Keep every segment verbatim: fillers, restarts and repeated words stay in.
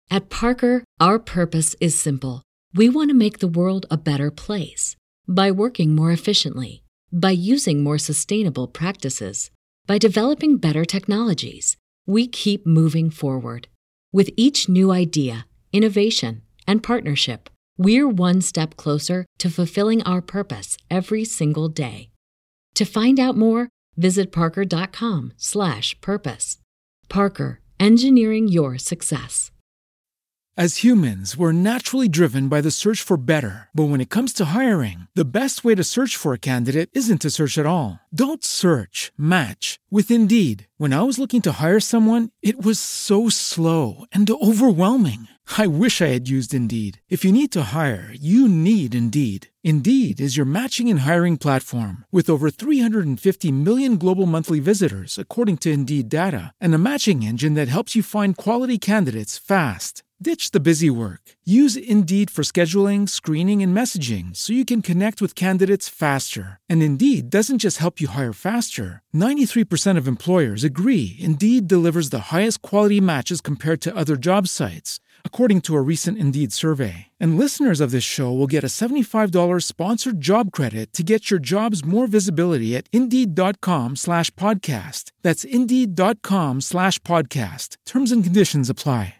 At Parker, our purpose is simple. We want to make the world a better place by working more efficiently, by using more sustainable practices, by developing better technologies. We keep moving forward. With each new idea, innovation, and partnership, we're one step closer to fulfilling our purpose every single day. To find out more, visit parker.com slash purpose. Parker, engineering your success. As humans, we're naturally driven by the search for better. But when it comes to hiring, the best way to search for a candidate isn't to search at all. Don't search, match with Indeed. When I was looking to hire someone, it was so slow and overwhelming. I wish I had used Indeed. If you need to hire, you need Indeed. Indeed is your matching and hiring platform with over three hundred fifty million global monthly visitors, according to Indeed data, and a matching engine that helps you find quality candidates fast. Ditch the busy work. Use Indeed for scheduling, screening, and messaging so you can connect with candidates faster. And Indeed doesn't just help you hire faster. ninety-three percent of employers agree Indeed delivers the highest quality matches compared to other job sites, according to a recent Indeed survey. And listeners of this show will get a seventy-five dollars sponsored job credit to get your jobs more visibility at Indeed.com slash podcast. That's Indeed.com slash podcast. Terms and conditions apply.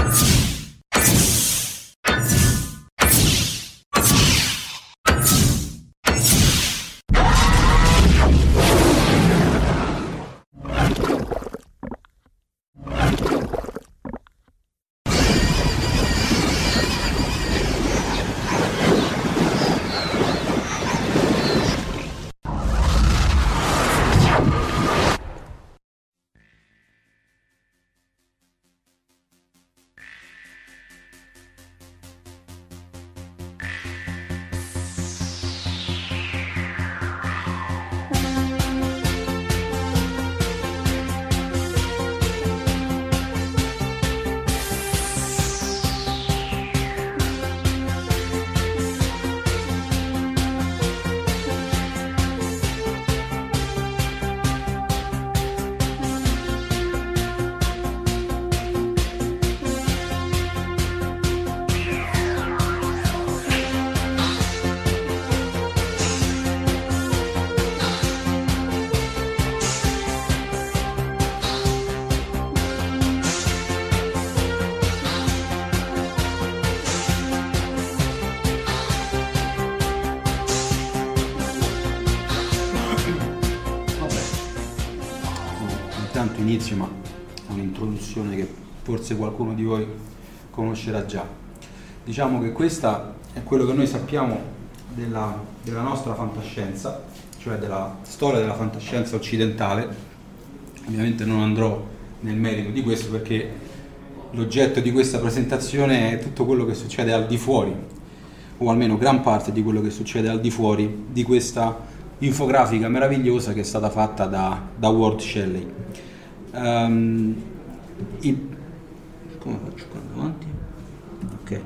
Inizio, ma è un'introduzione che forse qualcuno di voi conoscerà già. Diciamo che questa è quello che noi sappiamo della, della nostra fantascienza, cioè della storia della fantascienza occidentale. Ovviamente non andrò nel merito di questo perché l'oggetto di questa presentazione è tutto quello che succede al di fuori, o almeno gran parte di quello che succede al di fuori di questa infografica meravigliosa che è stata fatta da, da Ward Shelley. Um, il, come faccio qua davanti? Ok.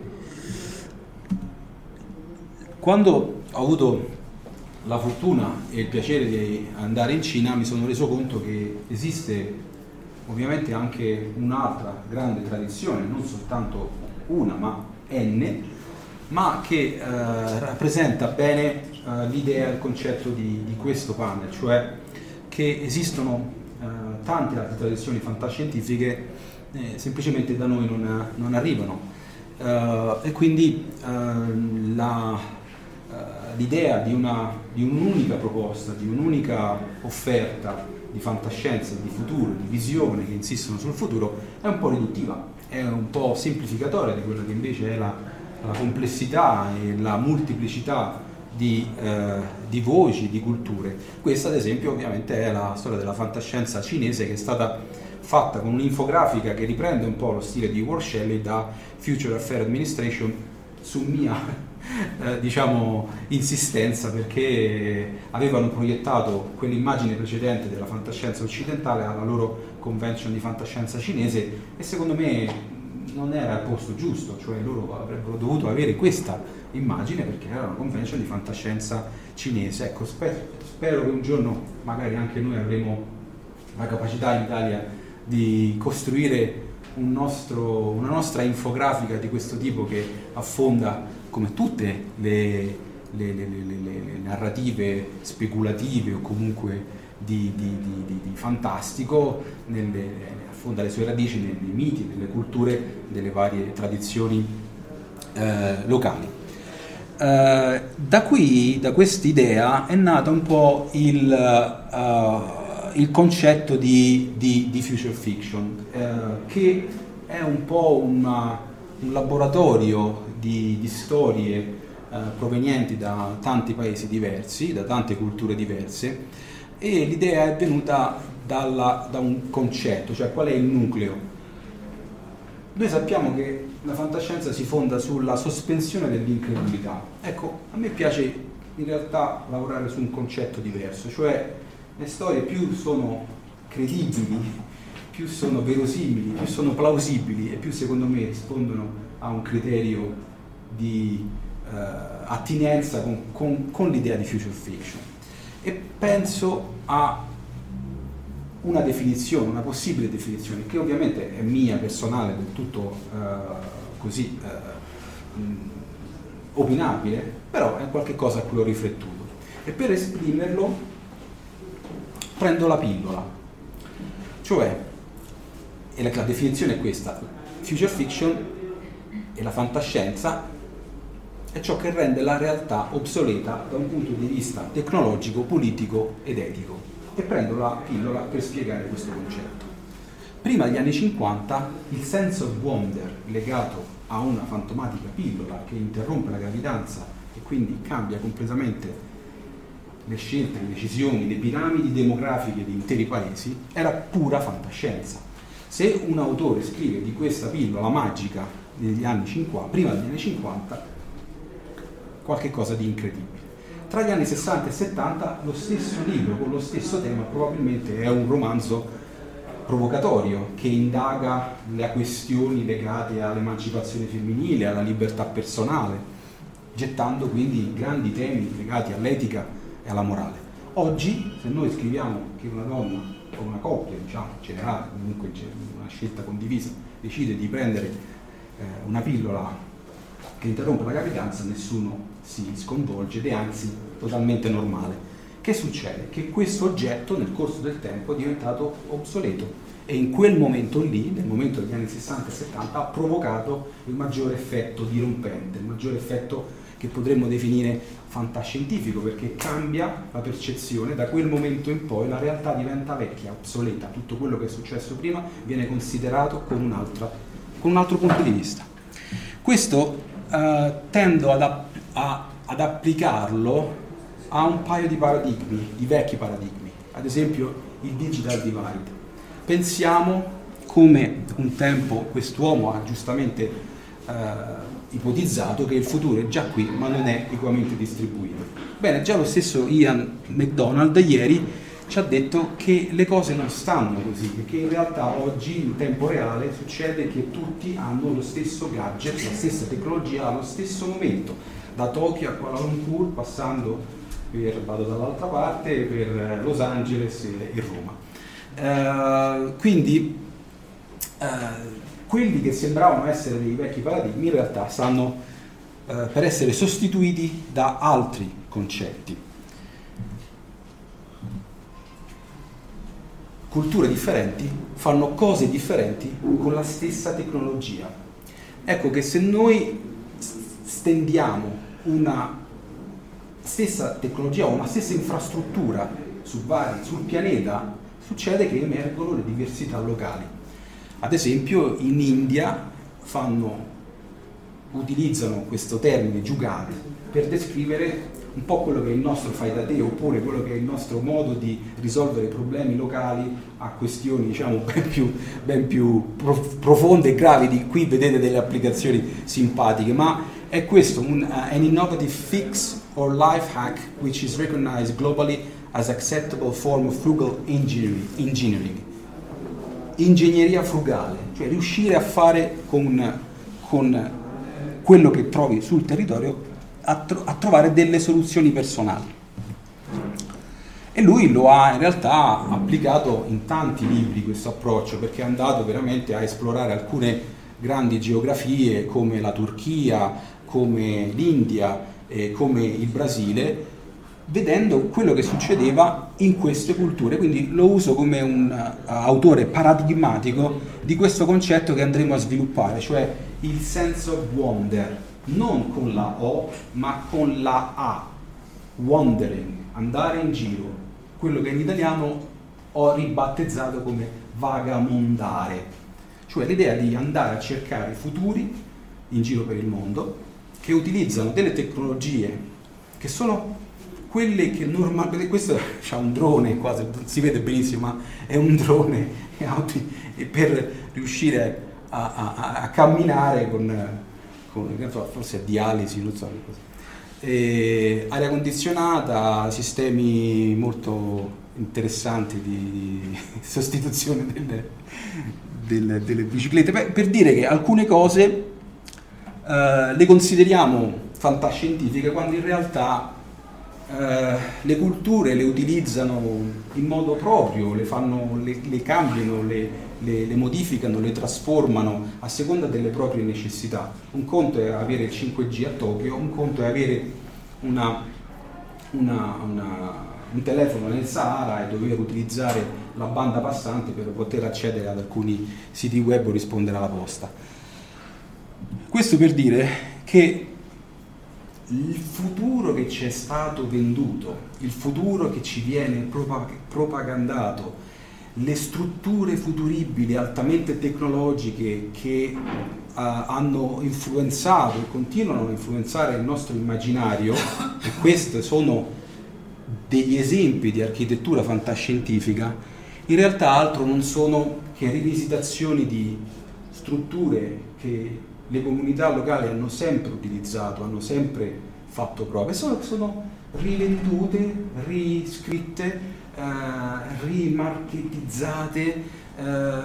Quando ho avuto la fortuna e il piacere di andare in Cina mi sono reso conto che esiste ovviamente anche un'altra grande tradizione, non soltanto una ma n, ma che eh, rappresenta bene eh, l'idea, il concetto di, di questo panel, cioè che esistono Uh, tante altre tradizioni fantascientifiche eh, semplicemente da noi non, non arrivano uh, e quindi uh, la, uh, l'idea di, una, di un'unica proposta, di un'unica offerta di fantascienza, di futuro, di visione che insistono sul futuro è un po' riduttiva, è un po' semplificatoria di quella che invece è la, la complessità e la molteplicità Di, eh, di voci, di culture. Questa ad esempio ovviamente è la storia della fantascienza cinese che è stata fatta con un'infografica che riprende un po' lo stile di Ward Shelley da Future Affairs Administration su mia eh, diciamo insistenza, perché avevano proiettato quell'immagine precedente della fantascienza occidentale alla loro convention di fantascienza cinese e secondo me non era al posto giusto, cioè loro avrebbero dovuto avere questa immagine perché era una convention di fantascienza cinese. Ecco, spero, spero che un giorno magari anche noi avremo la capacità in Italia di costruire un nostro, una nostra infografica di questo tipo che affonda, come tutte le, le, le, le, le, le narrative speculative o comunque di, di, di, di, di fantastico, nelle, affonda le sue radici nei, nei miti, nelle culture delle varie tradizioni eh, locali. Eh, da qui, da quest'idea, è nata un po' il, uh, il concetto di, di, di future fiction, eh, che è un po' una, un laboratorio di, di storie eh, provenienti da tanti paesi diversi, da tante culture diverse, e l'idea è venuta dalla, da un concetto, cioè qual è il nucleo. Noi sappiamo che la fantascienza si fonda sulla sospensione dell'incredulità. Ecco, a me piace in realtà lavorare su un concetto diverso, cioè le storie più sono credibili, più sono verosimili, più sono plausibili e più secondo me rispondono a un criterio di eh, attinenza con, con, con l'idea di future fiction. E penso a una definizione, una possibile definizione, che ovviamente è mia, personale, del tutto eh, così eh, opinabile, però è qualcosa a cui ho riflettuto. E per esprimerlo prendo la pillola, cioè, e la, la definizione è questa: future fiction e la fantascienza è ciò che rende la realtà obsoleta da un punto di vista tecnologico, politico ed etico. E prendo la pillola per spiegare questo concetto. Prima degli anni cinquanta il sense of wonder legato a una fantomatica pillola che interrompe la gravidanza e quindi cambia completamente le scelte, le decisioni, le piramidi demografiche di interi paesi, era pura fantascienza. Se un autore scrive di questa pillola magica degli anni cinquanta, prima degli anni cinquanta, qualche cosa di incredibile. Tra gli anni sessanta e settanta lo stesso libro con lo stesso tema probabilmente è un romanzo provocatorio che indaga le questioni legate all'emancipazione femminile, alla libertà personale, gettando quindi grandi temi legati all'etica e alla morale. Oggi, se noi scriviamo che una donna o una coppia, diciamo, in generale, comunque una scelta condivisa, decide di prendere eh, una pillola che interrompe la gravidanza, nessuno si sconvolge ed è anzi totalmente normale. Che succede? Che questo oggetto nel corso del tempo è diventato obsoleto e in quel momento lì, nel momento degli anni sessanta e settanta, ha provocato il maggiore effetto dirompente, il maggiore effetto che potremmo definire fantascientifico, perché cambia la percezione. Da quel momento in poi la realtà diventa vecchia, obsoleta, tutto quello che è successo prima viene considerato con, un'altra, con un altro punto di vista. Questo Uh, tendo ad, app- a, ad applicarlo a un paio di paradigmi, di vecchi paradigmi, ad esempio il digital divide. Pensiamo come un tempo quest'uomo ha giustamente uh, ipotizzato che il futuro è già qui ma non è equamente distribuito. Bene, già lo stesso Ian McDonald ieri ci ha detto che le cose non stanno così, perché in realtà oggi in tempo reale succede che tutti hanno lo stesso gadget, la stessa tecnologia allo stesso momento, da Tokyo a Kuala Lumpur, passando per, vado dall'altra parte, per Los Angeles e, e Roma. Uh, quindi uh, quelli che sembravano essere dei vecchi paradigmi in realtà stanno uh, per essere sostituiti da altri concetti. Culture differenti fanno cose differenti con la stessa tecnologia. Ecco che se noi stendiamo una stessa tecnologia o una stessa infrastruttura su vari, sul pianeta, succede che emergono le diversità locali. Ad esempio in India fanno, utilizzano questo termine jugaad per descrivere un po' quello che è il nostro fai da te, oppure quello che è il nostro modo di risolvere problemi locali a questioni, diciamo, ben più, ben più profonde e gravi. Di qui vedete delle applicazioni simpatiche, ma è questo un, uh, an innovative fix or life hack which is recognized globally as acceptable form of frugal engineering, engineering. Ingegneria frugale, cioè riuscire a fare con, con quello che trovi sul territorio a, tro- a trovare delle soluzioni personali. E lui lo ha in realtà applicato in tanti libri questo approccio, perché è andato veramente a esplorare alcune grandi geografie come la Turchia, come l'India, eh, come il Brasile, vedendo quello che succedeva in queste culture. Quindi lo uso come un uh, autore paradigmatico di questo concetto che andremo a sviluppare, cioè il sense of wonder, non con la O ma con la A, wandering, andare in giro, quello che in italiano ho ribattezzato come vagamondare, cioè l'idea di andare a cercare futuri in giro per il mondo che utilizzano delle tecnologie che sono quelle che normalmente, questo c'ha un drone, quasi non si vede benissimo, ma è un drone per riuscire a, a, a camminare con, con forse a dialisi, non so che cosa. E aria condizionata, sistemi molto interessanti di, di sostituzione delle, delle, delle biciclette, per, per dire che alcune cose eh, le consideriamo fantascientifiche quando in realtà eh, le culture le utilizzano in modo proprio, le, fanno, le, le cambiano, le, le, le modificano, le trasformano a seconda delle proprie necessità. Un conto è avere il cinque G a Tokyo, un conto è avere una, una, una, un telefono nel Sahara e dover utilizzare la banda passante per poter accedere ad alcuni siti web o rispondere alla posta. Questo per dire che il futuro che ci è stato venduto, il futuro che ci viene propagandato, le strutture futuribili altamente tecnologiche che uh, hanno influenzato e continuano a influenzare il nostro immaginario, e questi sono degli esempi di architettura fantascientifica, in realtà altro non sono che rivisitazioni di strutture che le comunità locali hanno sempre utilizzato, hanno sempre fatto prove, sono, sono rivendute, riscritte, eh, rimarketizzate eh,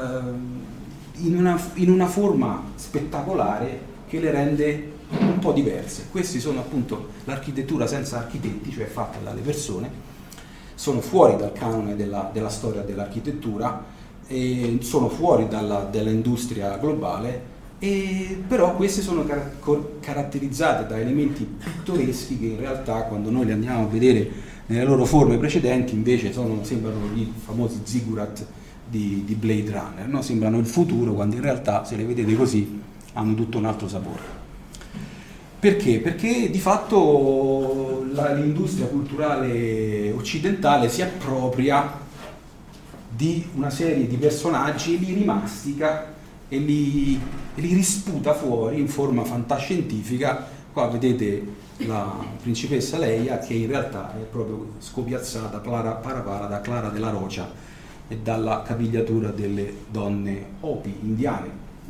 in, una, in una forma spettacolare che le rende un po' diverse. Questi sono appunto l'architettura senza architetti, cioè fatta dalle persone, sono fuori dal canone della, della storia dell'architettura, e sono fuori dalla, dall'industria globale. E però queste sono car- caratterizzate da elementi pittoreschi che in realtà quando noi li andiamo a vedere nelle loro forme precedenti invece sono, sembrano i famosi ziggurat di, di Blade Runner, no? Sembrano il futuro quando in realtà se le vedete così hanno tutto un altro sapore. Perché? Perché di fatto la, l'industria culturale occidentale si appropria di una serie di personaggi, li rimastica e li, e li risputa fuori in forma fantascientifica. Qua vedete la principessa Leia che in realtà è proprio scopiazzata para para da Clara della Rocha e dalla capigliatura delle donne Hopi indiane.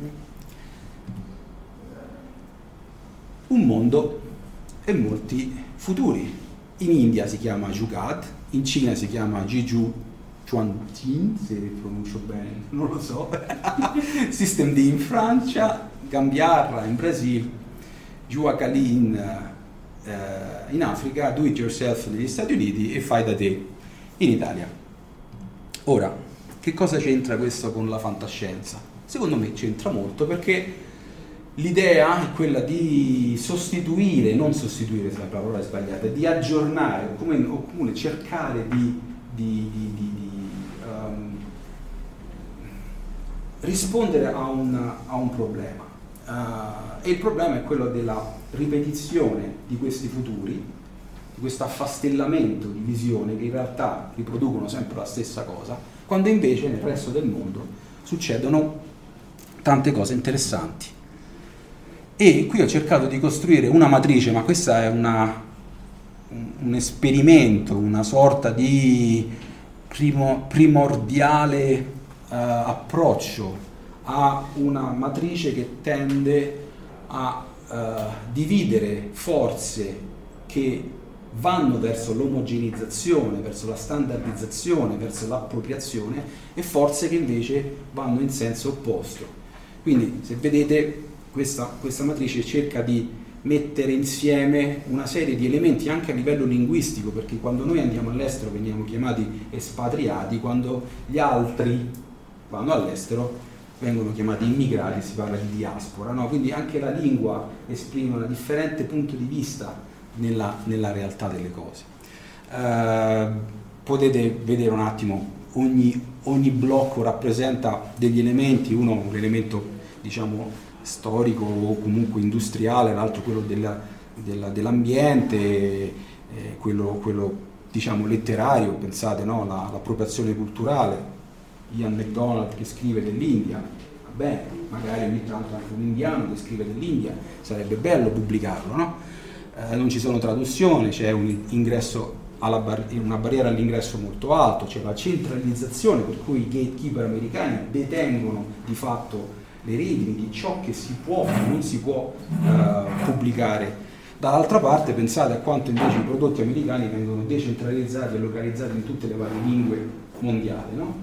Un mondo e molti futuri. In India si chiama Jugaad, in Cina si chiama Jiju Chuantin, se pronuncio bene, non lo so, System D in Francia, Gambiarra in Brasile, Juacali in, eh, in Africa, Do It Yourself negli Stati Uniti e Fai da te in Italia. Ora, che cosa c'entra questo con la fantascienza? Secondo me c'entra molto, perché l'idea è quella di sostituire, non sostituire, se la parola è sbagliata, di aggiornare, o come, o come cercare di, di, di, di, di um, rispondere a un, a un problema. Uh, e il problema è quello della ripetizione di questi futuri, di questo affastellamento di visione che in realtà riproducono sempre la stessa cosa, quando invece nel resto del mondo succedono tante cose interessanti. E qui ho cercato di costruire una matrice, ma questa è una, un, un esperimento, una sorta di primo, primordiale uh, approccio a una matrice che tende a uh, dividere forze che vanno verso l'omogenizzazione, verso la standardizzazione, verso l'appropriazione, e forze che invece vanno in senso opposto. Quindi se vedete questa, questa matrice cerca di mettere insieme una serie di elementi anche a livello linguistico, perché quando noi andiamo all'estero veniamo chiamati espatriati, quando gli altri vanno all'estero vengono chiamati immigrati, si parla di diaspora, no? Quindi anche la lingua esprime un differente punto di vista nella, nella realtà delle cose. Uh, potete vedere un attimo, ogni, ogni blocco rappresenta degli elementi, uno un elemento diciamo storico o comunque industriale, l'altro quello della, della, dell'ambiente, eh, quello, quello diciamo letterario, pensate, no? La, l'appropriazione culturale, Ian MacDonald che scrive dell'India, vabbè, magari ogni tanto anche un indiano che scrive dell'India, sarebbe bello pubblicarlo, no? Eh, non ci sono traduzioni, c'è un ingresso alla bar- una barriera all'ingresso molto alto, c'è la centralizzazione per cui i gatekeeper americani detengono di fatto le redini di ciò che si può e non si può uh, pubblicare. Dall'altra parte pensate a quanto invece i prodotti americani vengono decentralizzati e localizzati in tutte le varie lingue mondiali, no?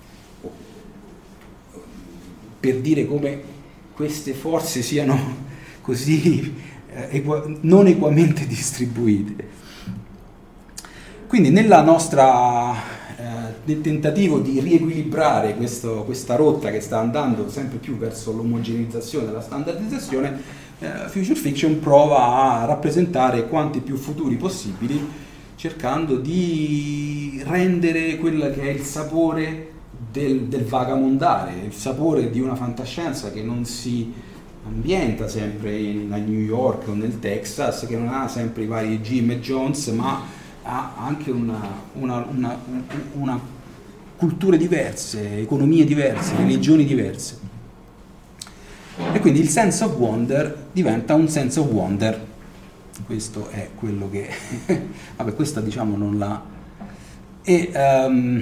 Per dire come queste forze siano così eh, equa- non equamente distribuite. Quindi nella nostra nel tentativo di riequilibrare questo, questa rotta che sta andando sempre più verso l'omogeneizzazione e la standardizzazione, eh, Future Fiction prova a rappresentare quanti più futuri possibili, cercando di rendere quello che è il sapore del, del vagabondare, il sapore di una fantascienza che non si ambienta sempre in, a New York o nel Texas, che non ha sempre i vari Jim e Jones, ma ha anche una, una, una, una culture diverse, economie diverse, religioni diverse. E quindi il sense of wonder diventa un sense of wonder. Questo è quello che... vabbè, questa diciamo non la... E um,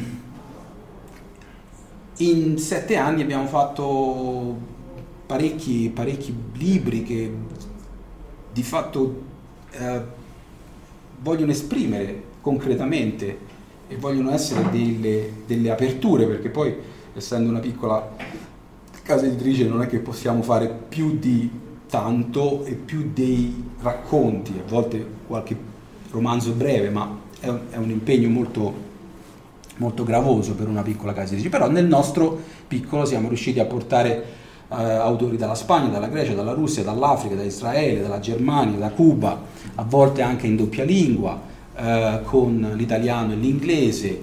in sette anni abbiamo fatto parecchi, parecchi libri che di fatto eh, vogliono esprimere concretamente e vogliono essere delle, delle aperture, perché poi essendo una piccola casa editrice non è che possiamo fare più di tanto e più dei racconti, a volte qualche romanzo breve, ma è un, è un impegno molto, molto gravoso per una piccola casa editrice. Però nel nostro piccolo siamo riusciti a portare eh, autori dalla Spagna, dalla Grecia, dalla Russia, dall'Africa, da Israele, dalla Germania, da Cuba, a volte anche in doppia lingua, eh, con l'italiano e l'inglese,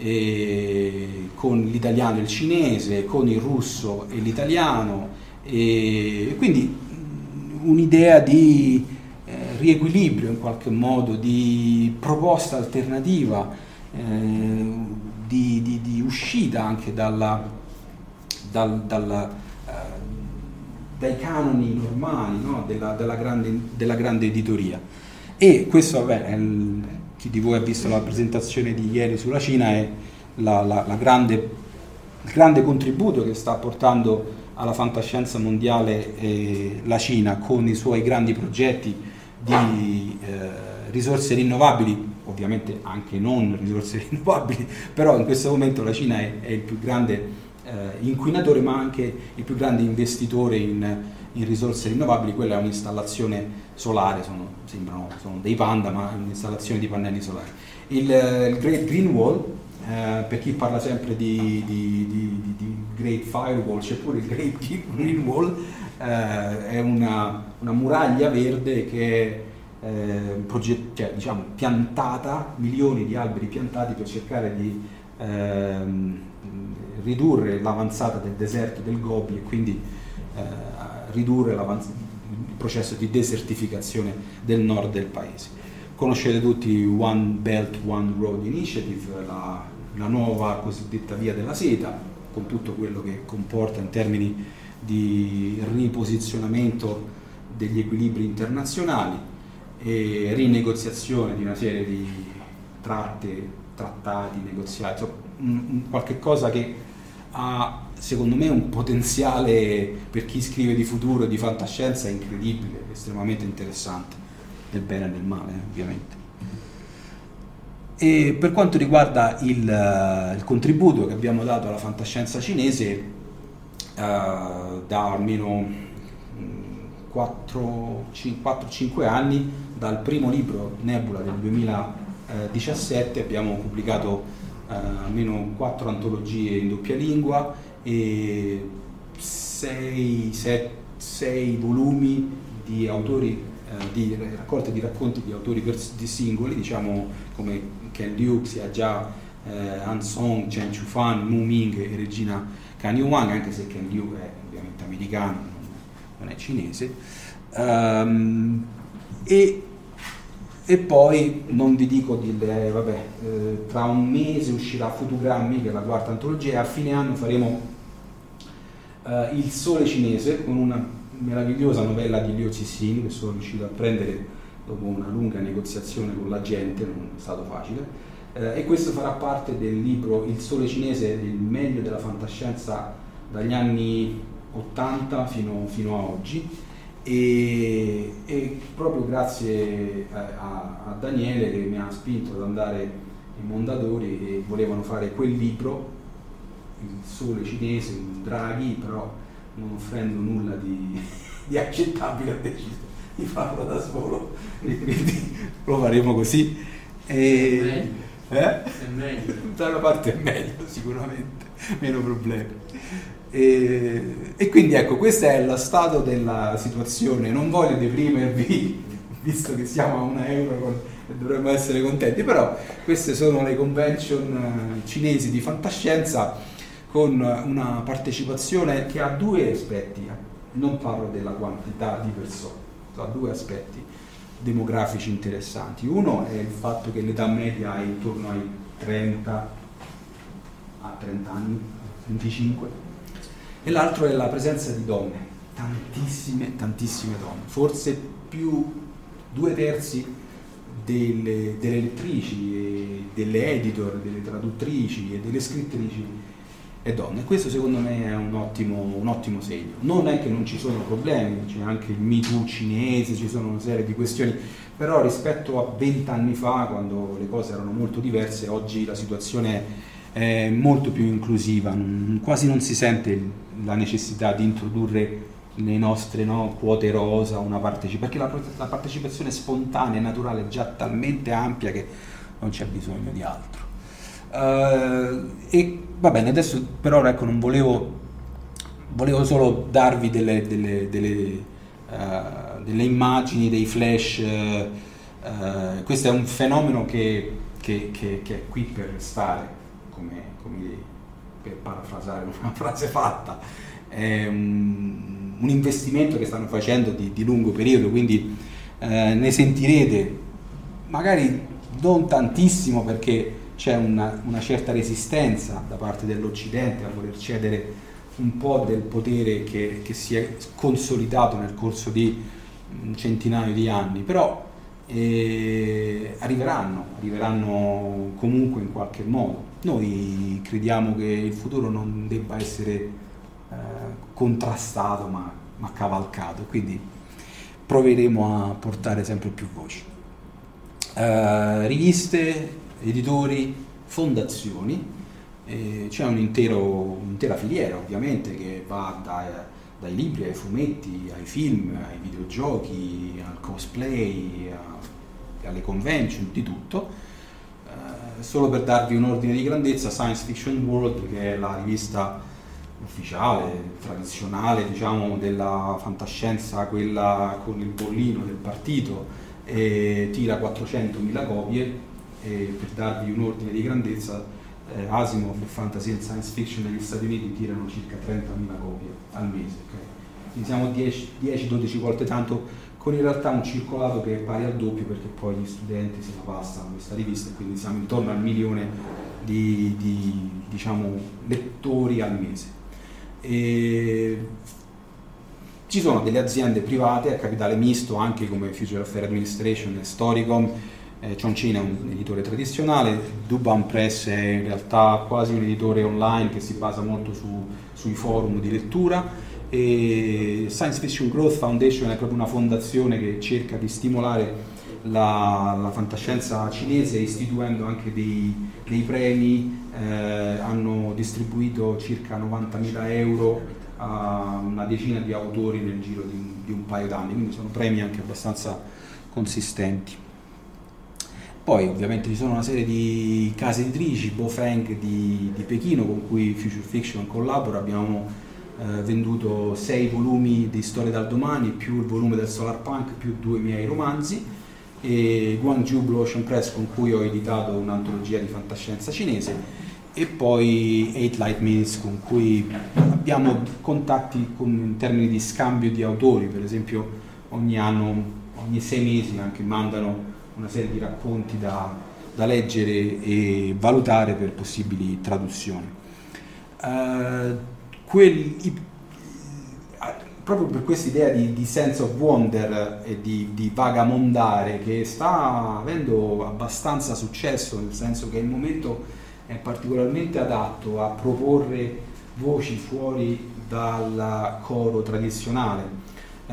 e con l'italiano e il cinese, con il russo e l'italiano, e quindi un'idea di eh, riequilibrio in qualche modo, di proposta alternativa, eh, di, di, di uscita anche dalla, dal, dalla, eh, dai canoni normali, no? della, della, grande, della grande editoria. E questo, vabbè, è il, chi di voi ha visto la presentazione di ieri sulla Cina, è la, la, la grande, il grande contributo che sta portando alla fantascienza mondiale eh, la Cina, con i suoi grandi progetti di eh, risorse rinnovabili, ovviamente anche non risorse rinnovabili, però in questo momento la Cina è, è il più grande eh, inquinatore, ma anche il più grande investitore in, in risorse rinnovabili. Quella è un'installazione solare, sono, sembrano sono dei panda, ma è un'installazione di pannelli solari. Il, il Great Green Wall, eh, per chi parla sempre di, di, di, di Great Firewall, c'è pure il Great Green Wall, eh, è una, una muraglia verde che è eh, proget- cioè, diciamo, piantata, milioni di alberi piantati per cercare di ehm, ridurre l'avanzata del deserto del Gobi e quindi eh, ridurre il processo di desertificazione del nord del paese. Conoscete tutti One Belt One Road Initiative, la, la nuova cosiddetta via della seta, con tutto quello che comporta in termini di riposizionamento degli equilibri internazionali e rinegoziazione di una serie di tratte, trattati, negoziati, un, un qualche cosa che ha secondo me un potenziale per chi scrive di futuro e di fantascienza incredibile, estremamente interessante, nel bene e nel male, eh, ovviamente. E per quanto riguarda il, uh, il contributo che abbiamo dato alla fantascienza cinese, uh, da almeno quattro cinque anni, dal primo libro Nebula del duemiladiciassette abbiamo pubblicato eh, almeno quattro antologie in doppia lingua e sei, sei volumi di autori, eh, di raccolte di racconti di autori pers- di singoli, diciamo come Ken Liu, Xia Jia, eh, Han Song, Chen Chufan, Mu Ming e Regina Canyon Wang, anche se Ken Liu è ovviamente americano, non è cinese. Um, e, e poi non vi dico di eh, vabbè, eh, tra un mese uscirà Fotogrammi, che è la quarta antologia, e a fine anno faremo eh, Il Sole Cinese, con una meravigliosa novella di Liu Cixin che sono riuscito a prendere dopo una lunga negoziazione con la gente, non è stato facile, eh, e questo farà parte del libro Il Sole Cinese, il meglio della fantascienza dagli anni ottanta fino, fino a oggi. E, e proprio grazie a, a, a Daniele che mi ha spinto ad andare in Mondadori, e volevano fare quel libro, Il Sole Cinese, un Draghi, però non offrendo nulla di, di accettabile, ho deciso di farlo da solo, quindi lo faremo così. E, è meglio, eh? è meglio. Da una parte è meglio, sicuramente, meno problemi. E, e quindi ecco, questo è lo stato della situazione. Non voglio deprimervi, visto che siamo a un euro con, e dovremmo essere contenti, però queste sono le convention cinesi di fantascienza, con una partecipazione che ha due aspetti. Non parlo della quantità di persone, ha due aspetti demografici interessanti. Uno è il fatto che l'età media è intorno ai trenta a trenta anni, venticinque, e l'altro è la presenza di donne, tantissime, tantissime donne, forse più due terzi delle, delle lettrici, e delle editor, delle traduttrici e delle scrittrici e donne. Questo secondo me è un ottimo, un ottimo segno. Non è che non ci sono problemi, c'è anche il Me Too cinese, ci sono una serie di questioni, però rispetto a vent'anni fa, quando le cose erano molto diverse, oggi la situazione è molto più inclusiva, non, quasi non si sente la necessità di introdurre le nostre, no, quote rosa, una partecipazione, perché la, la partecipazione spontanea e naturale è già talmente ampia che non c'è bisogno di altro. Uh, e va bene, adesso però ecco, non volevo volevo solo darvi delle, delle, delle, uh, delle immagini, dei flash. Uh, uh, questo è un fenomeno che, che, che, che è qui per restare, come, come per parafrasare una frase fatta. È un, un investimento che stanno facendo di, di lungo periodo, quindi uh, ne sentirete magari non tantissimo, perché c'è una, una certa resistenza da parte dell'Occidente a voler cedere un po' del potere che, che si è consolidato nel corso di un centinaio di anni, però eh, arriveranno, arriveranno comunque in qualche modo. Noi crediamo che il futuro non debba essere eh, contrastato ma, ma cavalcato, quindi proveremo a portare sempre più voci. Uh, riviste, editori, fondazioni, eh, c'è un intero, un'intera filiera ovviamente che va dai, dai libri ai fumetti, ai film, ai videogiochi, al cosplay, a, alle convention, di tutto. Eh, solo per darvi un ordine di grandezza, Science Fiction World, che è la rivista ufficiale, tradizionale, diciamo, della fantascienza, quella con il bollino del partito, e tira quattrocentomila copie. E per darvi un ordine di grandezza, eh, Asimov e Fantasy and Science Fiction negli Stati Uniti tirano circa trentamila copie al mese, okay? Quindi siamo dieci dodici volte tanto, con in realtà un circolato che è pari al doppio, perché poi gli studenti se la passano questa rivista, e quindi siamo intorno al milione di, di diciamo, lettori al mese. E ci sono delle aziende private a capitale misto, anche come Future Affair Administration e Storicom. eh, Chongqing è un editore tradizionale, Duban Press è in realtà quasi un editore online che si basa molto su, sui forum di lettura, e Science Fiction Growth Foundation è proprio una fondazione che cerca di stimolare la, la fantascienza cinese, istituendo anche dei, dei premi. Eh, hanno distribuito circa novantamila euro a una decina di autori nel giro di un di un paio d'anni, quindi sono premi anche abbastanza consistenti. Poi ovviamente ci sono una serie di case editrici, Bofeng di, di Pechino, con cui Future Fiction collabora. Abbiamo eh, venduto sei volumi di Storie dal domani, più il volume del Solar Punk, più due miei romanzi, e Guangzhou Blue Ocean Press, con cui ho editato un'antologia di fantascienza cinese, e poi Eight Light Minutes, con cui abbiamo contatti con, in termini di scambio di autori. Per esempio ogni anno, ogni sei mesi anche mandano una serie di racconti da, da leggere e valutare per possibili traduzioni. Uh, quelli, i, proprio per questa idea di, di sense of wonder e di, di vagamondare, che sta avendo abbastanza successo, nel senso che il momento è particolarmente adatto a proporre voci fuori dal coro tradizionale. Uh,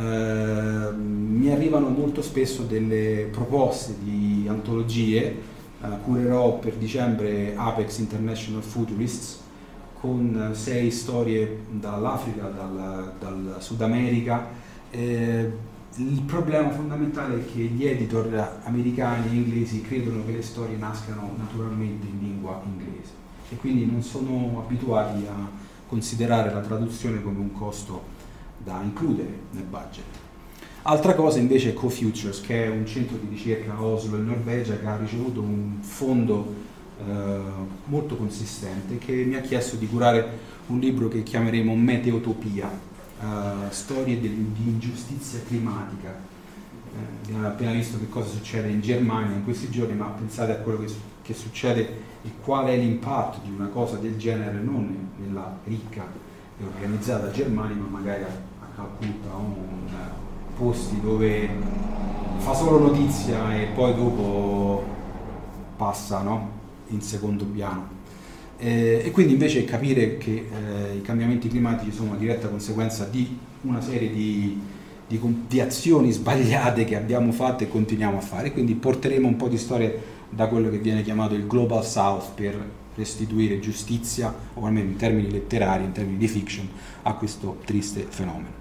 mi arrivano molto spesso delle proposte di antologie. Uh, curerò per dicembre Apex International Futurists, con sei storie dall'Africa, dal, dal Sud America. Eh, il problema fondamentale è che gli editor americani e inglesi credono che le storie nascano naturalmente in lingua inglese e quindi non sono abituati a considerare la traduzione come un costo da includere nel budget. Altra cosa invece è CoFutures, che è un centro di ricerca a Oslo in Norvegia, che ha ricevuto un fondo eh, molto consistente, che mi ha chiesto di curare un libro che chiameremo Meteotopia, eh, storie di, di ingiustizia climatica. Eh, abbiamo appena visto che cosa succede in Germania in questi giorni, ma pensate a quello che, che succede e qual è l'impatto di una cosa del genere non nella ricca e organizzata Germania, ma magari a Calcutta o in posti dove fa solo notizia e poi dopo passa, no? In secondo piano. Eh, e quindi invece capire che eh, i cambiamenti climatici sono una diretta conseguenza di una serie di, di, di azioni sbagliate che abbiamo fatto e continuiamo a fare, quindi porteremo un po' di storie da quello che viene chiamato il Global South per restituire giustizia, o almeno in termini letterari, in termini di fiction, a questo triste fenomeno.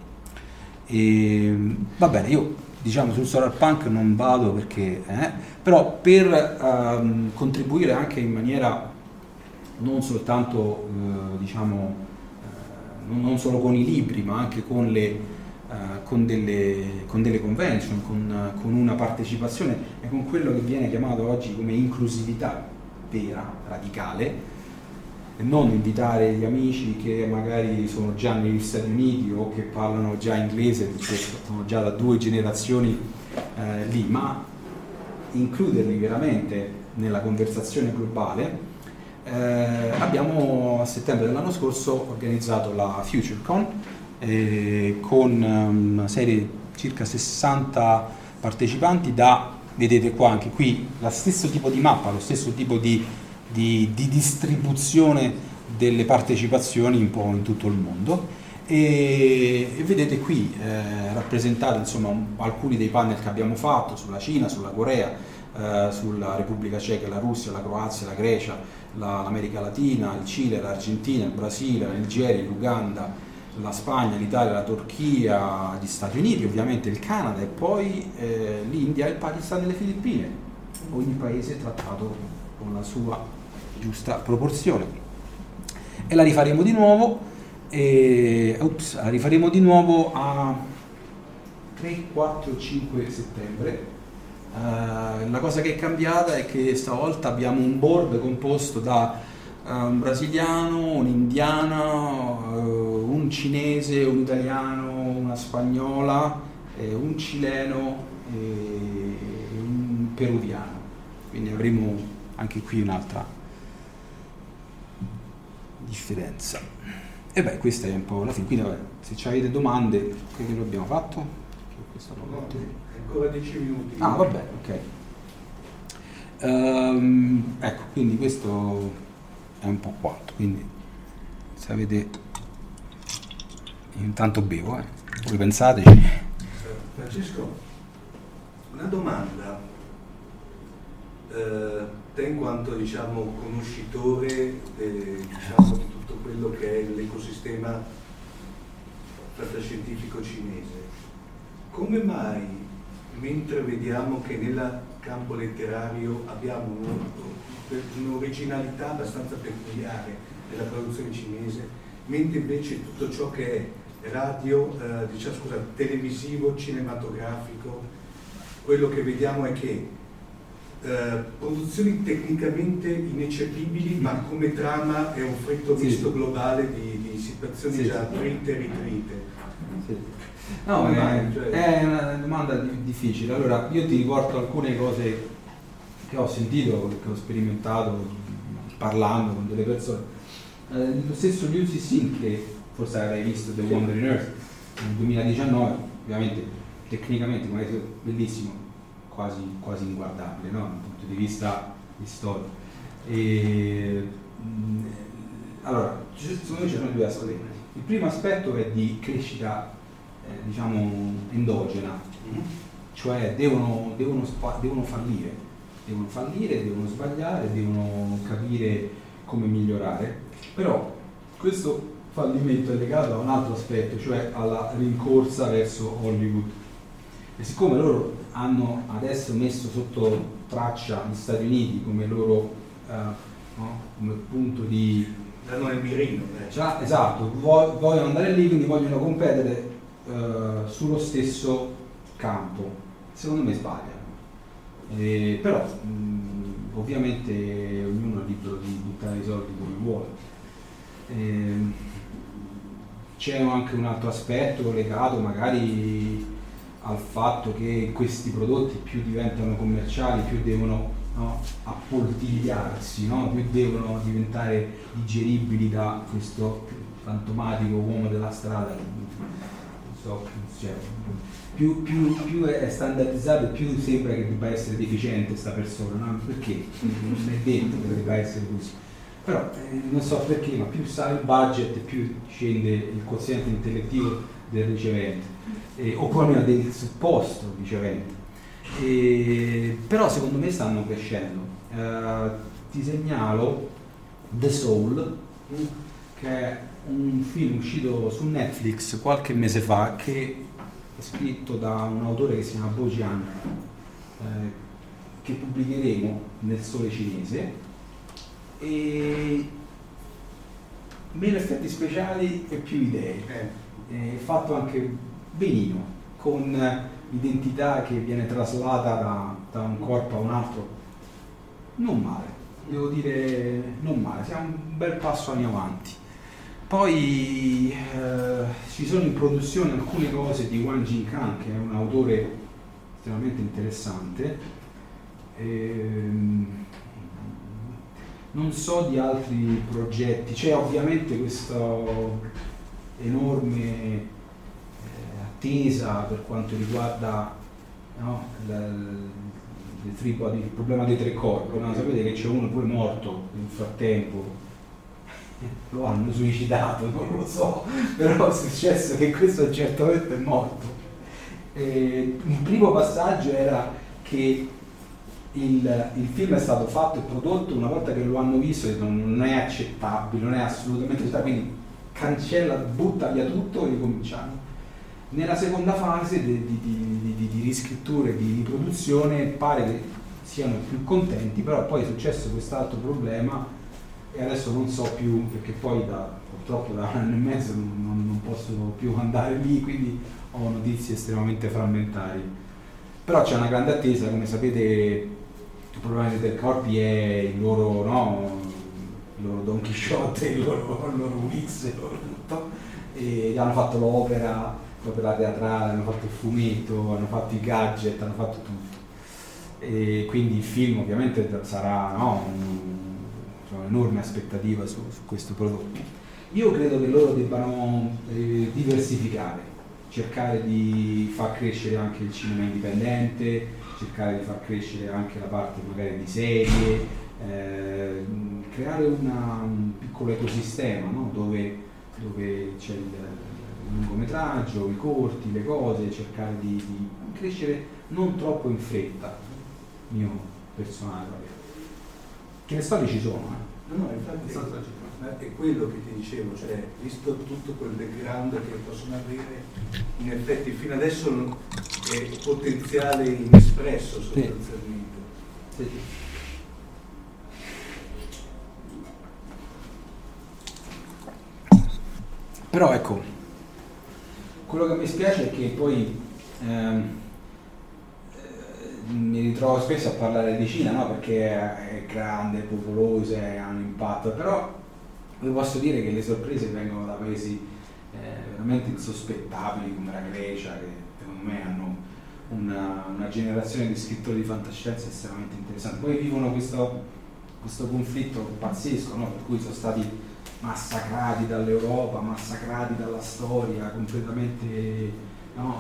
E, va bene, io diciamo sul solar punk non vado perché, eh, però per um, contribuire anche in maniera non soltanto uh, diciamo uh, non solo con i libri, ma anche con le uh, con delle con delle convention, con, uh, con una partecipazione e con quello che viene chiamato oggi come inclusività vera, radicale, e non invitare gli amici che magari sono già negli Stati Uniti o che parlano già inglese, perché sono già da due generazioni eh, lì, ma includerli veramente nella conversazione globale. Eh, abbiamo a settembre dell'anno scorso organizzato la FutureCon eh, con una serie circa sessanta partecipanti da, vedete qua anche qui, lo stesso tipo di mappa, lo stesso tipo di Di, di distribuzione delle partecipazioni un po' in tutto il mondo e, e vedete qui eh, rappresentati insomma un, alcuni dei panel che abbiamo fatto sulla Cina, sulla Corea, eh, sulla Repubblica Ceca, la Russia, la Croazia, la Grecia, la, l'America Latina, il Cile, l'Argentina, il Brasile, la Nigeria, l'Uganda, la Spagna, l'Italia, la Turchia, gli Stati Uniti, ovviamente il Canada e poi eh, l'India, il Pakistan e le Filippine. Ogni paese trattato con la sua giusta proporzione. E la rifaremo di nuovo e ups, la rifaremo di nuovo a tre, quattro, cinque settembre. Uh, la cosa che è cambiata è che stavolta abbiamo un board composto da uh, un brasiliano, un'indiana, uh, un cinese, un italiano, una spagnola, eh, un cileno e un peruviano. Quindi avremo anche qui un'altra differenza. E beh, questa è un po' la fine. Quindi vabbè, se avete domande, che lo abbiamo fatto? Questo l'ho no, ancora dieci minuti. Ah, va bene, ok. Um, ecco, quindi questo è un po' quanto. Quindi se avete, intanto bevo, eh. Voi pensateci. Francesco, una domanda. Eh, te in quanto diciamo conoscitore eh, diciamo, di tutto quello che è l'ecosistema fantascientifico cinese, come mai, mentre vediamo che nel campo letterario abbiamo un'originalità abbastanza peculiare della produzione cinese, mentre invece tutto ciò che è radio, eh, diciamo, scusa, televisivo, cinematografico, quello che vediamo è che eh, produzioni tecnicamente ineccepibili, ma come trama è un fritto misto sì. globale di, di situazioni sì, già trite e ritrite. Sì. No, è, cioè... è una domanda difficile. Allora, io ti riporto alcune cose che ho sentito, che ho sperimentato parlando con delle persone. Eh, lo stesso Liu Cixin, che forse avrai visto The Wandering Earth nel duemiladiciannove, ovviamente tecnicamente come detto, bellissimo, quasi, quasi inguardabile, no? Dal punto di vista di storia. E, mh, allora, secondo me ci sono due aspetti. Il primo aspetto è di crescita eh, diciamo endogena, cioè devono, devono, devono fallire, devono fallire, devono sbagliare, devono capire come migliorare, però questo fallimento è legato a un altro aspetto, cioè alla rincorsa verso Hollywood. E siccome loro hanno adesso messo sotto traccia gli Stati Uniti come loro eh, no, come punto di danno nel mirino, eh. cioè, esatto, vogliono andare lì, quindi vogliono competere eh, sullo stesso campo. Secondo me sbagliano. Eh, però mh, ovviamente ognuno è libero di buttare i soldi come vuole. Eh, c'è anche un altro aspetto legato magari al fatto che questi prodotti più diventano commerciali, più devono no, appoltigliarsi, no? Più devono diventare digeribili da questo fantomatico uomo della strada. Non so, cioè, più, più, più è standardizzato, più sembra che debba essere deficiente sta persona, no? Perché non è detto che debba essere così. Però eh, non so perché, ma più sa il budget, più scende il quoziente intellettivo del ricevente, eh, oppure almeno del supposto ricevente. Eh, però secondo me stanno crescendo. Eh, ti segnalo The Soul, che è un film uscito su Netflix qualche mese fa, che è scritto da un autore che si chiama Bo Jian, eh, che pubblicheremo nel Sole Cinese. E meno effetti speciali e più idee, è fatto anche benino, con identità che viene traslata da, da un corpo a un altro, non male, devo dire non male, siamo un bel passo in avanti. Poi eh, ci sono in produzione alcune cose di Wang Jingkang, che è un autore estremamente interessante. Ehm, Non so di altri progetti, c'è ovviamente questa enorme eh, attesa per quanto riguarda no, la, il, tripodi, il problema dei tre corpi, no? Sapete che c'è uno pure morto nel frattempo, lo hanno suicidato, non lo so, però è successo che questo a un certo momento è morto. E un primo passaggio era che Il, il film è stato fatto e prodotto una volta che lo hanno visto e non è accettabile, non è assolutamente accettabile, quindi cancella, butta via tutto e ricominciamo. Nella seconda fase di, di, di, di, di riscrittura e di riproduzione pare che siano più contenti, però poi è successo quest'altro problema e adesso non so più, perché poi da, purtroppo da un anno e mezzo non, non, non posso più andare lì, quindi ho notizie estremamente frammentarie. Però c'è una grande attesa, come sapete. Il problema dei tre corpi è il loro, no, il loro Don Chisciotte, il loro, il loro Ulisse, il loro tutto. E hanno fatto l'opera, l'opera teatrale, hanno fatto il fumetto, hanno fatto i gadget, hanno fatto tutto. E quindi il film ovviamente sarà no, un'enorme aspettativa su, su questo prodotto. Io credo che loro debbano eh, diversificare, cercare di far crescere anche il cinema indipendente, cercare di far crescere anche la parte magari di serie, eh, creare una, un piccolo ecosistema, no? dove, dove c'è il, il lungometraggio, i corti, le cose, cercare di, di crescere non troppo in fretta, mio personale. Che le storie ci sono, eh? No, no, infatti. ma è quello che ti dicevo, cioè visto tutto quel background che possono avere, in effetti fino adesso non, è potenziale inespresso sostanzialmente. Sì. Sì. Però ecco, quello che mi spiace è che poi ehm, mi ritrovo spesso a parlare di Cina, no? Perché è grande, è popolosa, ha un impatto, però vi posso dire che le sorprese vengono da paesi eh, veramente insospettabili come la Grecia, che secondo me hanno una, una generazione di scrittori di fantascienza estremamente interessante. Poi vivono questo, questo conflitto pazzesco, no? Per cui sono stati massacrati dall'Europa, massacrati dalla storia, completamente no,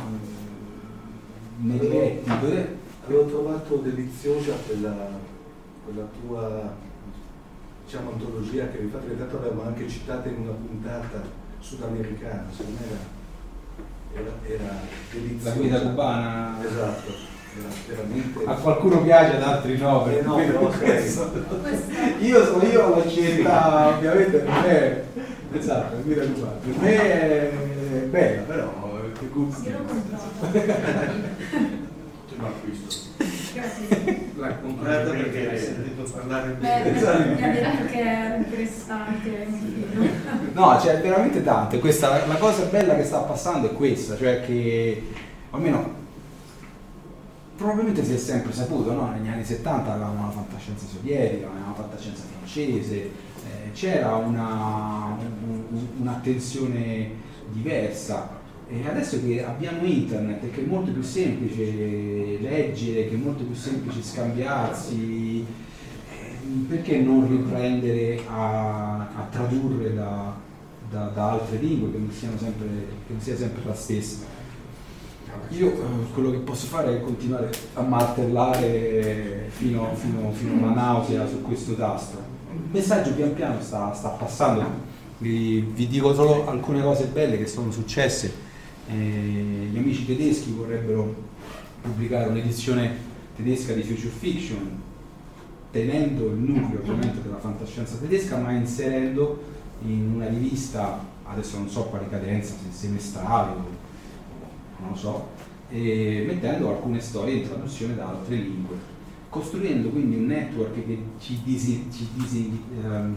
neglietti. Avevo trovato deliziosa quella, quella tua, diciamo, antologia che vi fate, che tanto avevamo anche citata in una puntata sudamericana, secondo me era, era, era deliziosa. La guida cubana. Esatto, era veramente... A qualcuno piace, ad altri no, eh no però, questo. Io sono io l'ho scelta, ovviamente per me, esatto, la guida cubana. Per me è bella, però che gusto. Io l'ho comprato. Lo acquisto. Grazie. L'ha comprato perché hai sentito parlare di Beh, mi ha detto che è interessante. No, c'è cioè, veramente tante. Questa, la, la cosa bella che sta passando è questa, cioè che almeno probabilmente si è sempre saputo, no? Negli anni settanta avevamo una fantascienza sovietica, avevamo una fantascienza francese, eh, c'era una, un, un'attenzione diversa. E adesso che abbiamo internet, che è molto più semplice leggere, che è molto più semplice scambiarsi, perché non riprendere a, a tradurre da, da, da altre lingue che non siano sempre, che non sia sempre la stessa? Io eh, quello che posso fare è continuare a martellare fino, fino, fino alla nausea su questo tasto. Il messaggio pian piano sta, sta passando. Vi, vi dico solo alcune cose belle che sono successe. Eh, gli amici tedeschi vorrebbero pubblicare un'edizione tedesca di Future Fiction, tenendo il nucleo ovviamente della fantascienza tedesca, ma inserendo in una rivista, adesso non so quale cadenza, se semestrale o non lo so, e mettendo alcune storie in traduzione da altre lingue, costruendo quindi un network che ci disi, ci disi, um,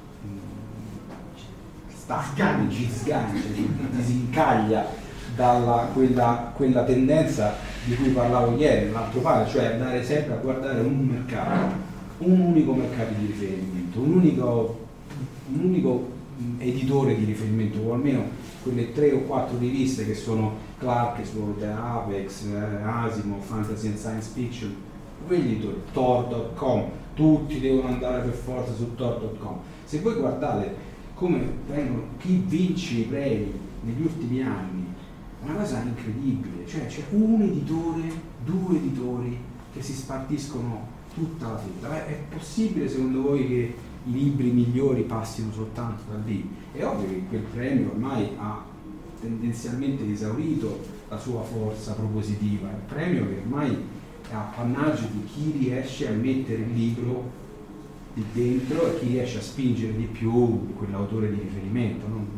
stacca, ci sgancia, ci disincaglia dalla quella, quella tendenza di cui parlavo ieri nell'altro panel, cioè andare sempre a guardare un mercato, un unico mercato di riferimento, un unico, un unico editore di riferimento, o almeno quelle tre o quattro riviste che sono Clarkesworth, Apex, Asimov, Fantasy and Science Fiction, quegli editori, Tor punto com, tutti devono andare per forza su Tor punto com. Se voi guardate come vengono, chi vince i premi negli ultimi anni, una cosa incredibile, cioè c'è un editore, due editori che si spartiscono tutta la fetta. È possibile secondo voi che i libri migliori passino soltanto da lì? È ovvio che quel premio ormai ha tendenzialmente esaurito la sua forza propositiva, è un premio che ormai è appannaggio di chi riesce a mettere il libro lì dentro e chi riesce a spingere di più quell'autore di riferimento, no?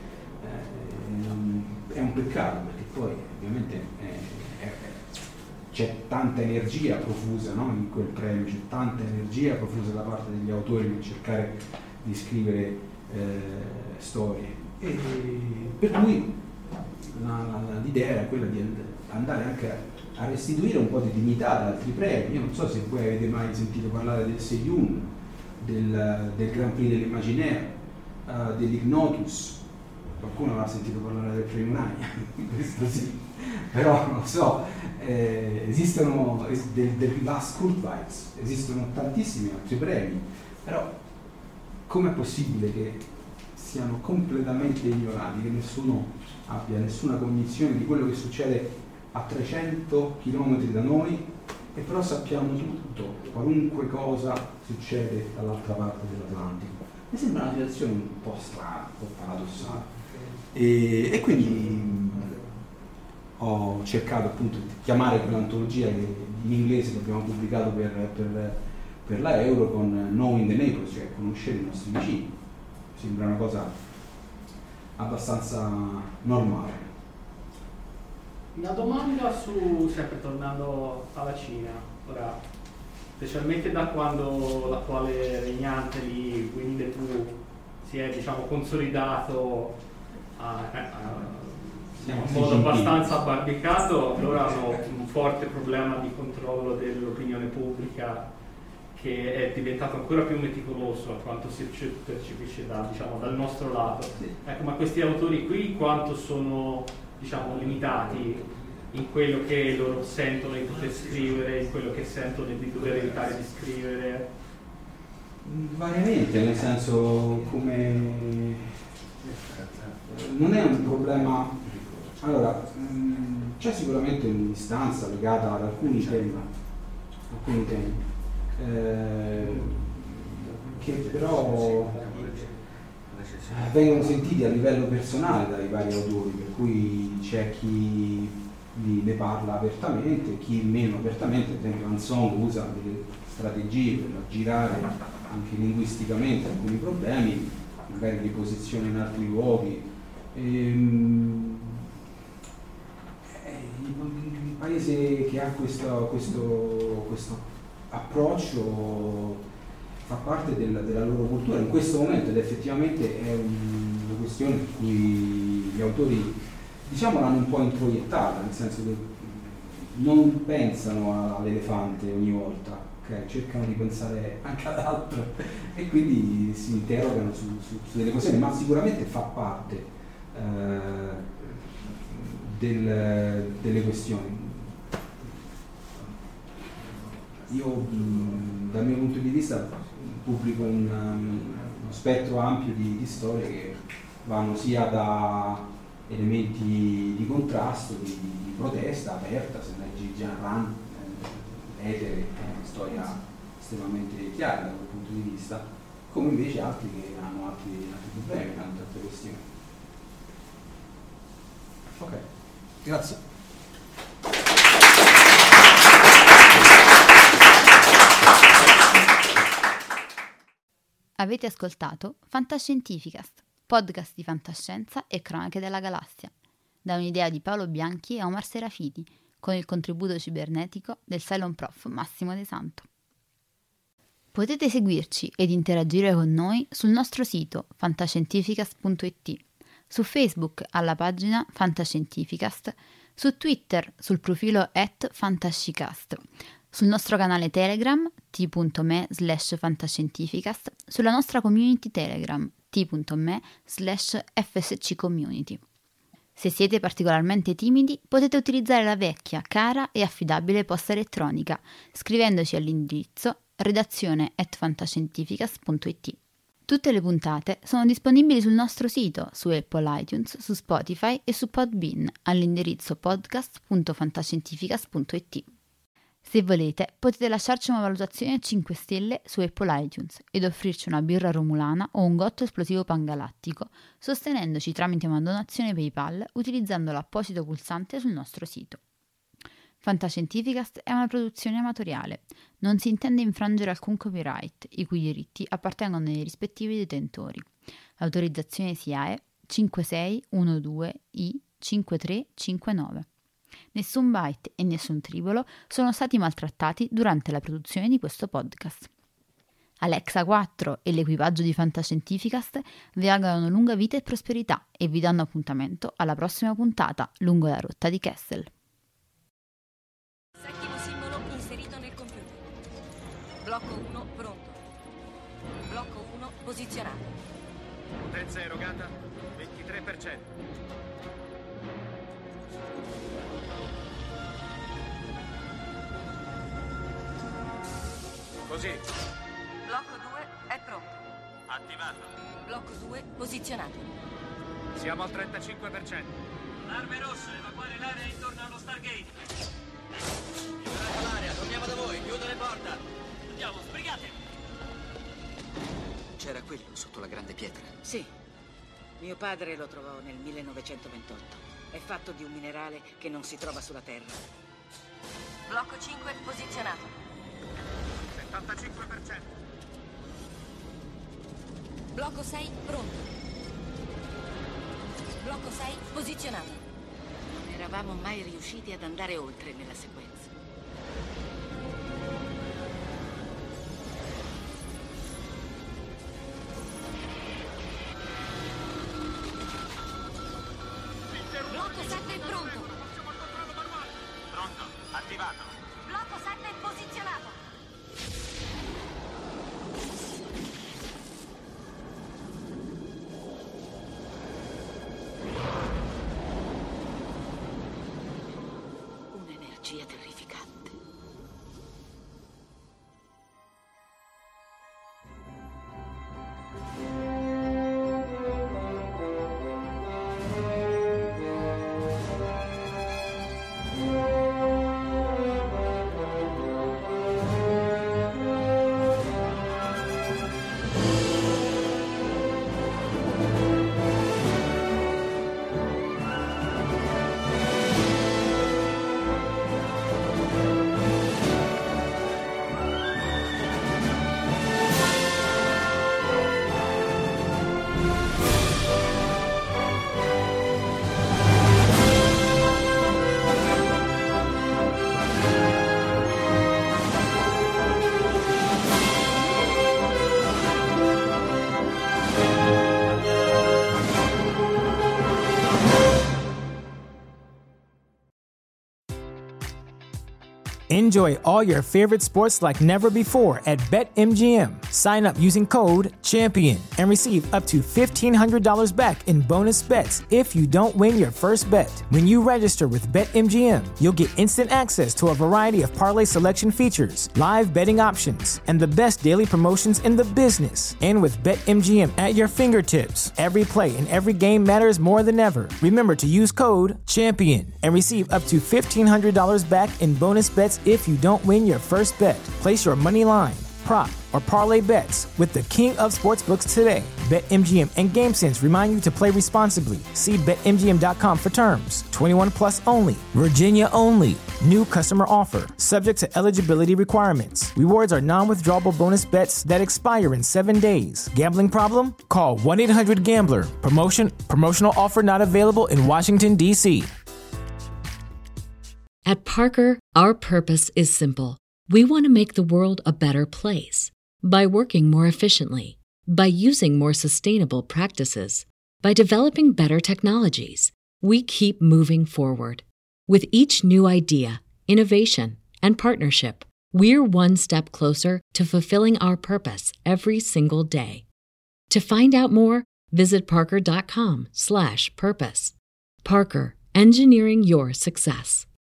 eh, è un peccato perché poi ovviamente è, è, c'è tanta energia profusa, no? In quel premio, c'è tanta energia profusa da parte degli autori nel cercare di scrivere eh, storie, e per cui la, la, l'idea era quella di andare anche a, a restituire un po' di dignità ad altri premi. Io non so se voi avete mai sentito parlare del Sejun, del, del Grand Prix dell'Imaginaire, uh, dell'Ignotus. Qualcuno aveva sentito parlare del premio Nania? Questo sì, però non lo so, eh, esistono del, del Last Kurzweils, esistono tantissimi altri premi, però com'è possibile che siano completamente ignorati, che nessuno abbia nessuna cognizione di quello che succede a trecento chilometri da noi, e però sappiamo tutto, qualunque cosa succede dall'altra parte dell'Atlantico? Mi sembra una situazione un po' strana, un po' paradossale. E, e quindi mh, ho cercato appunto di chiamare quell'antologia che in inglese che abbiamo pubblicato per, per, per la Euro con Knowing the Neighbors, cioè conoscere i nostri vicini. sembra una cosa abbastanza normale. Una domanda su, sempre tornando alla Cina, ora, specialmente da quando l'attuale regnante lì, Winnie the Pooh, si è diciamo consolidato a, a, a, in modo abbastanza abbarbicato, allora hanno un forte problema di controllo dell'opinione pubblica, che è diventato ancora più meticoloso a quanto si percepisce da, diciamo, dal nostro lato. Ecco, ma questi autori qui quanto sono, diciamo, limitati in quello che loro sentono di poter scrivere, in quello che sentono di dover evitare di scrivere? Variamente, nel senso, come non è un problema. Allora, c'è sicuramente un'istanza legata ad alcuni temi, alcuni temi eh, che però vengono sentiti a livello personale dai vari autori, per cui c'è chi ne parla apertamente, chi meno apertamente. Ad esempio Ansong usa delle strategie per aggirare anche linguisticamente alcuni problemi, magari li posiziona in altri luoghi. Ehm, il paese che ha questo, questo, questo approccio fa parte della, della loro cultura in questo momento, ed effettivamente è un, una questione per cui gli autori, diciamo, l'hanno un po' introiettata, nel senso che non pensano all'elefante ogni volta, okay? Cercano di pensare anche ad altro e quindi si interrogano su, su, su delle questioni, ma sicuramente fa parte eh, del, delle questioni. Io mh, dal mio punto di vista pubblico un, um, uno spettro ampio di, di storie che vanno sia da elementi di contrasto, di, di protesta aperta, se leggi Jean Rand, eh, Etere, è una storia estremamente chiara da quel punto di vista, come invece altri che hanno altri, altri problemi, tante altre questioni. Ok, grazie. Avete ascoltato Fantascientificast, podcast di fantascienza e cronache della galassia, da un'idea di Paolo Bianchi e Omar Serafiti, con il contributo cibernetico del Cylon Prof Massimo De Santo. Potete seguirci ed interagire con noi sul nostro sito fantascientificast punto it, su Facebook alla pagina Fantascientificast, su Twitter sul profilo at fantascicast, sul nostro canale Telegram t.me slash fantascientificast, sulla nostra community Telegram t.me slash fsccommunity. Se siete particolarmente timidi, potete utilizzare la vecchia, cara e affidabile posta elettronica, scrivendoci all'indirizzo redazione at fantascientificast punto it. Tutte le puntate sono disponibili sul nostro sito, su Apple iTunes, su Spotify e su Podbean, all'indirizzo podcast punto fantascientificast punto it. Se volete, potete lasciarci una valutazione a cinque stelle su Apple iTunes ed offrirci una birra romulana o un gotto esplosivo pangalattico, sostenendoci tramite una donazione PayPal utilizzando l'apposito pulsante sul nostro sito. Fantascientificast è una produzione amatoriale. Non si intende infrangere alcun copyright, i cui diritti appartengono ai rispettivi detentori. L'autorizzazione S I A E cinque sei uno due I cinque tre cinque nove. Nessun byte e nessun tribolo sono stati maltrattati durante la produzione di questo podcast. Alexa quattro e l'equipaggio di Fantascientificast vi augurano lunga vita e prosperità e vi danno appuntamento alla prossima puntata lungo la rotta di Kessel. Settimo simbolo inserito nel computer. Blocco uno pronto. Blocco uno posizionato. Potenza erogata ventitré per cento. Così. Blocco due è pronto. Attivato. Blocco due posizionato. Siamo al trentacinque per cento. Arme rosse, evacuare l'area intorno allo Stargate. Liberate l'area, torniamo da voi, chiudere porta. Andiamo, sbrigate. C'era quello sotto la grande pietra. Sì. Mio padre lo trovò nel millenovecentoventotto. È fatto di un minerale che non si trova sulla Terra. Blocco cinque posizionato. settantacinque per cento. Blocco sei, pronto. Blocco sei, posizionato. Non eravamo mai riusciti ad andare oltre nella sequenza. Blocco sette, pronto. Pronto, attivato. Blocco sette, posizionato. Un'energia terrificante. Enjoy all your favorite sports like never before at BetMGM. Sign up using code CHAMPION and receive up to fifteen hundred dollars back in bonus bets if you don't win your first bet. When you register with BetMGM, you'll get instant access to a variety of parlay selection features, live betting options, and the best daily promotions in the business. And with BetMGM at your fingertips, every play and every game matters more than ever. Remember to use code CHAMPION and receive up to fifteen hundred dollars back in bonus bets if you don't win your first bet. Place your money line, prop, or parlay bets with the king of sportsbooks today. BetMGM and GameSense remind you to play responsibly. See Bet M G M dot com for terms. twenty-one plus only. Virginia only. New customer offer. Subject to eligibility requirements. Rewards are non-withdrawable bonus bets that expire in seven days. Gambling problem? Call one eight hundred gambler. Promotion. Promotional offer not available in Washington, D C At Parker, our purpose is simple. We want to make the world a better place by working more efficiently, by using more sustainable practices, by developing better technologies. We keep moving forward. With each new idea, innovation, and partnership, we're one step closer to fulfilling our purpose every single day. To find out more, visit parker dot com slash purpose. Parker, engineering your success.